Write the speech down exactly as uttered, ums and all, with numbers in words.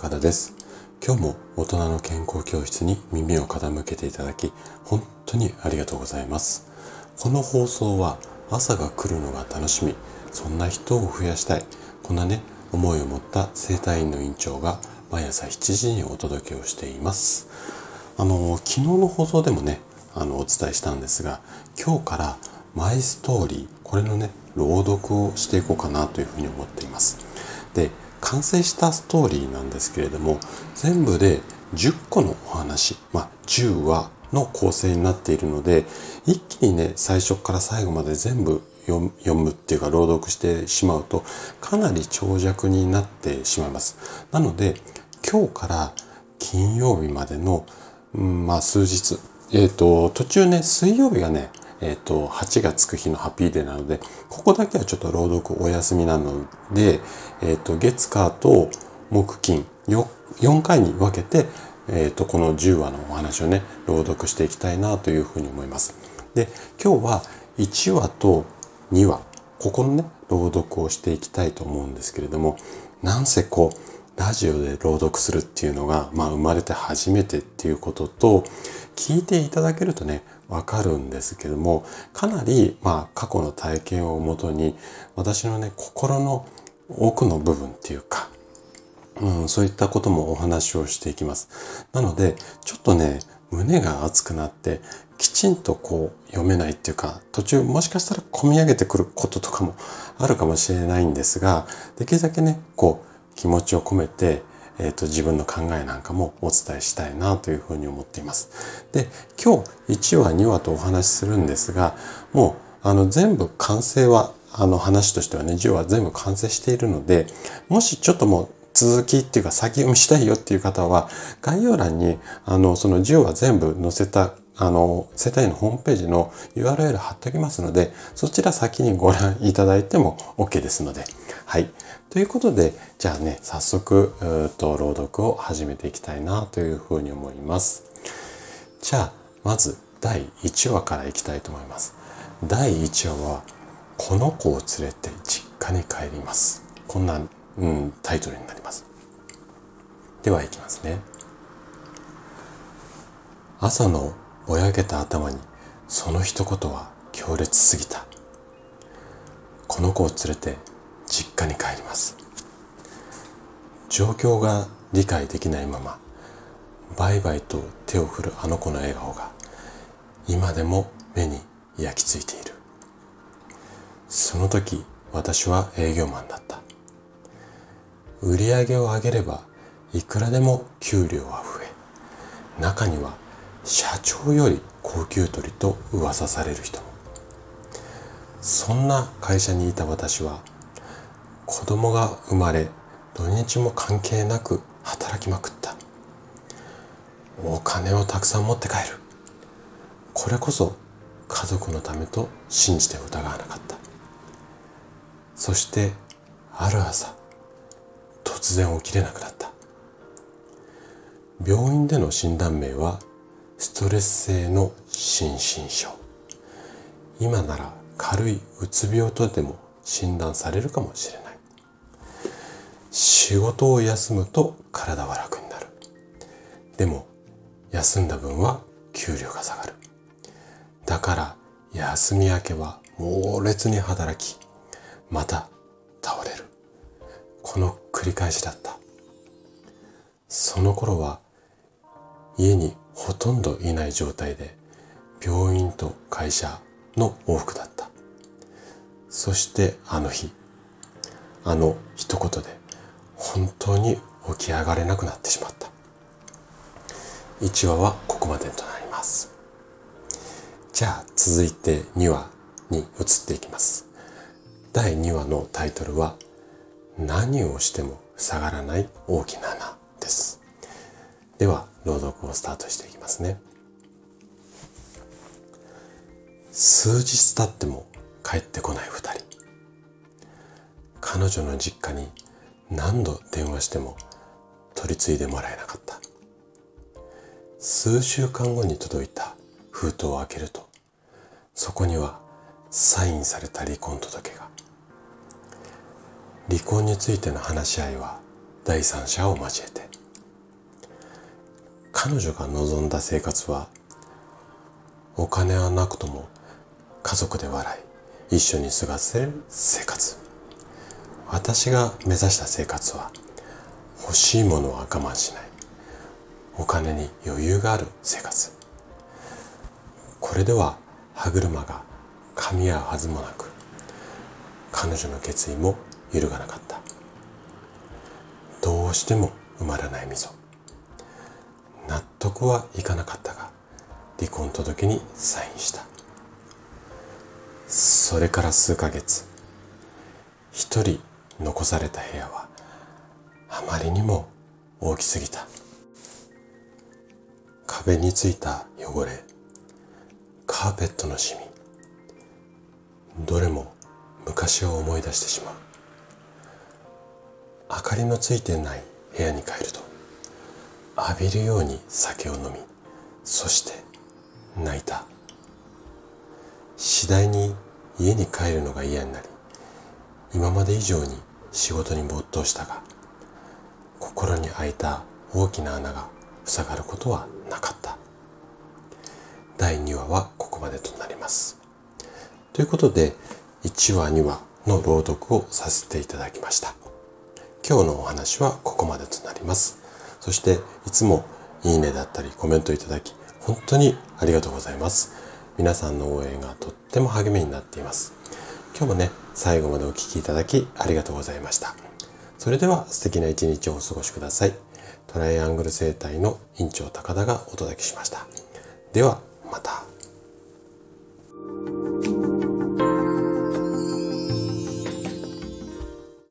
高田です。今日も大人の健康教室に耳を傾けていただき本当にありがとうございます。この放送は朝が来るのが楽しみ、そんな人を増やしたい、こんなね思いを持った整体院の院長が毎朝しちじにお届けをしています。あの昨日の放送でもねあのお伝えしたんですが、今日からマイストーリー、これのね朗読をしていこうかなというふうに思っています。で、完成したストーリーなんですけれども、全部でじゅっこのお話、まあじゅうわの構成になっているので、一気にね最初から最後まで全部読むっていうか朗読してしまうとかなり長尺になってしまいます。なので今日から金曜日までの、うん、まあ数日、えっと途中ね水曜日がねえっとはちがつく日のハッピーデーなので、ここだけはちょっと朗読お休みなので、えっと月火と木金 よ, よんかいに分けて、えっとこのじゅうわのお話をね朗読していきたいなというふうに思います。で、今日はいちわとにわ、ここのね朗読をしていきたいと思うんですけれども、なんせこうラジオで朗読するっていうのが、まあ、生まれて初めてっていうことと、聞いていただけるとねわかるんですけども、かなりまあ過去の体験をもとに私のね心の奥の部分っていうか、うん、そういったこともお話をしていきます。なのでちょっとね胸が熱くなってきちんとこう読めないっていうか、途中もしかしたら込み上げてくることとかもあるかもしれないんですが、できるだけねこう気持ちを込めてえっと、自分の考えなんかもお伝えしたいなというふうに思っています。で、今日いちわにわとお話しするんですが、もうあの全部完成は、あの話としてはね、じゅうわ全部完成しているので、もしちょっともう続きっていうか先読みしたいよっていう方は、概要欄にあのそのじゅうわ全部載せたあの、整体院のホームページの ユーアールエル 貼っておきますので、そちら先にご覧いただいても OK ですので。はい。ということで、じゃあね、早速、うーと朗読を始めていきたいなというふうに思います。じゃあ、まずだいいちわからいきたいと思います。だいいちわは、この子を連れて実家に帰ります。こんな、うん、タイトルになります。では、いきますね。朝のぼやけた頭にその一言は強烈すぎた。この子を連れて実家に帰ります。状況が理解できないままバイバイと手を振るあの子の笑顔が今でも目に焼き付いている。その時私は営業マンだった。売り上げを上げればいくらでも給料は増え、中には社長より高給取りと噂される人も。そんな会社にいた私は、子供が生まれ土日も関係なく働きまくった。お金をたくさん持って帰る。これこそ家族のためと信じて疑わなかった。そしてある朝、突然起きれなくなった。病院での診断名はストレス性の心身症。今なら軽いうつ病とでも診断されるかもしれない。仕事を休むと体は楽になる。でも休んだ分は給料が下がる。だから休み明けは猛烈に働き、また倒れる。この繰り返しだった。その頃は家にほとんどいない状態で病院と会社の往復だった。そしてあの日、あの一言で本当に起き上がれなくなってしまった。いちわはここまでとなります。じゃあ続いてにわに移っていきます。だいにわのタイトルは何をしても塞がらない大きな穴です。では朗読をスタートしていきますね。数日経っても帰ってこない二人。彼女の実家に何度電話しても取り次いでもらえなかった。数週間後に届いた封筒を開けると、そこにはサインされた離婚届が。離婚についての話し合いは第三者を交えて。 彼女が望んだ生活は、お金はなくとも家族で笑い、一緒に過ごせる生活。私が目指した生活は、欲しいものは我慢しない、お金に余裕がある生活。これでは歯車が噛み合うはずもなく、彼女の決意も揺るがなかった。どうしても埋まらない溝。納得はいかなかったが、離婚届にサインした。それから数ヶ月、一人残された部屋はあまりにも大きすぎた。壁についた汚れ、カーペットのシミ、どれも昔を思い出してしまう。明かりのついていない部屋に帰ると、浴びるように酒を飲み、そして泣いた。次第に家に帰るのが嫌になり、今まで以上に仕事に没頭したが、心に開いた大きな穴が塞がることはなかった。だいにわはここまでとなります。ということで、いちわにわの朗読をさせていただきました。今日のお話はここまでとなります。そしていつもいいねだったりコメントいただき本当にありがとうございます。皆さんの応援がとっても励みになっています。今日もね、最後までお聞きいただきありがとうございました。それでは素敵な一日をお過ごしください。トライアングル生態の院長高田がお届けしました。ではまた。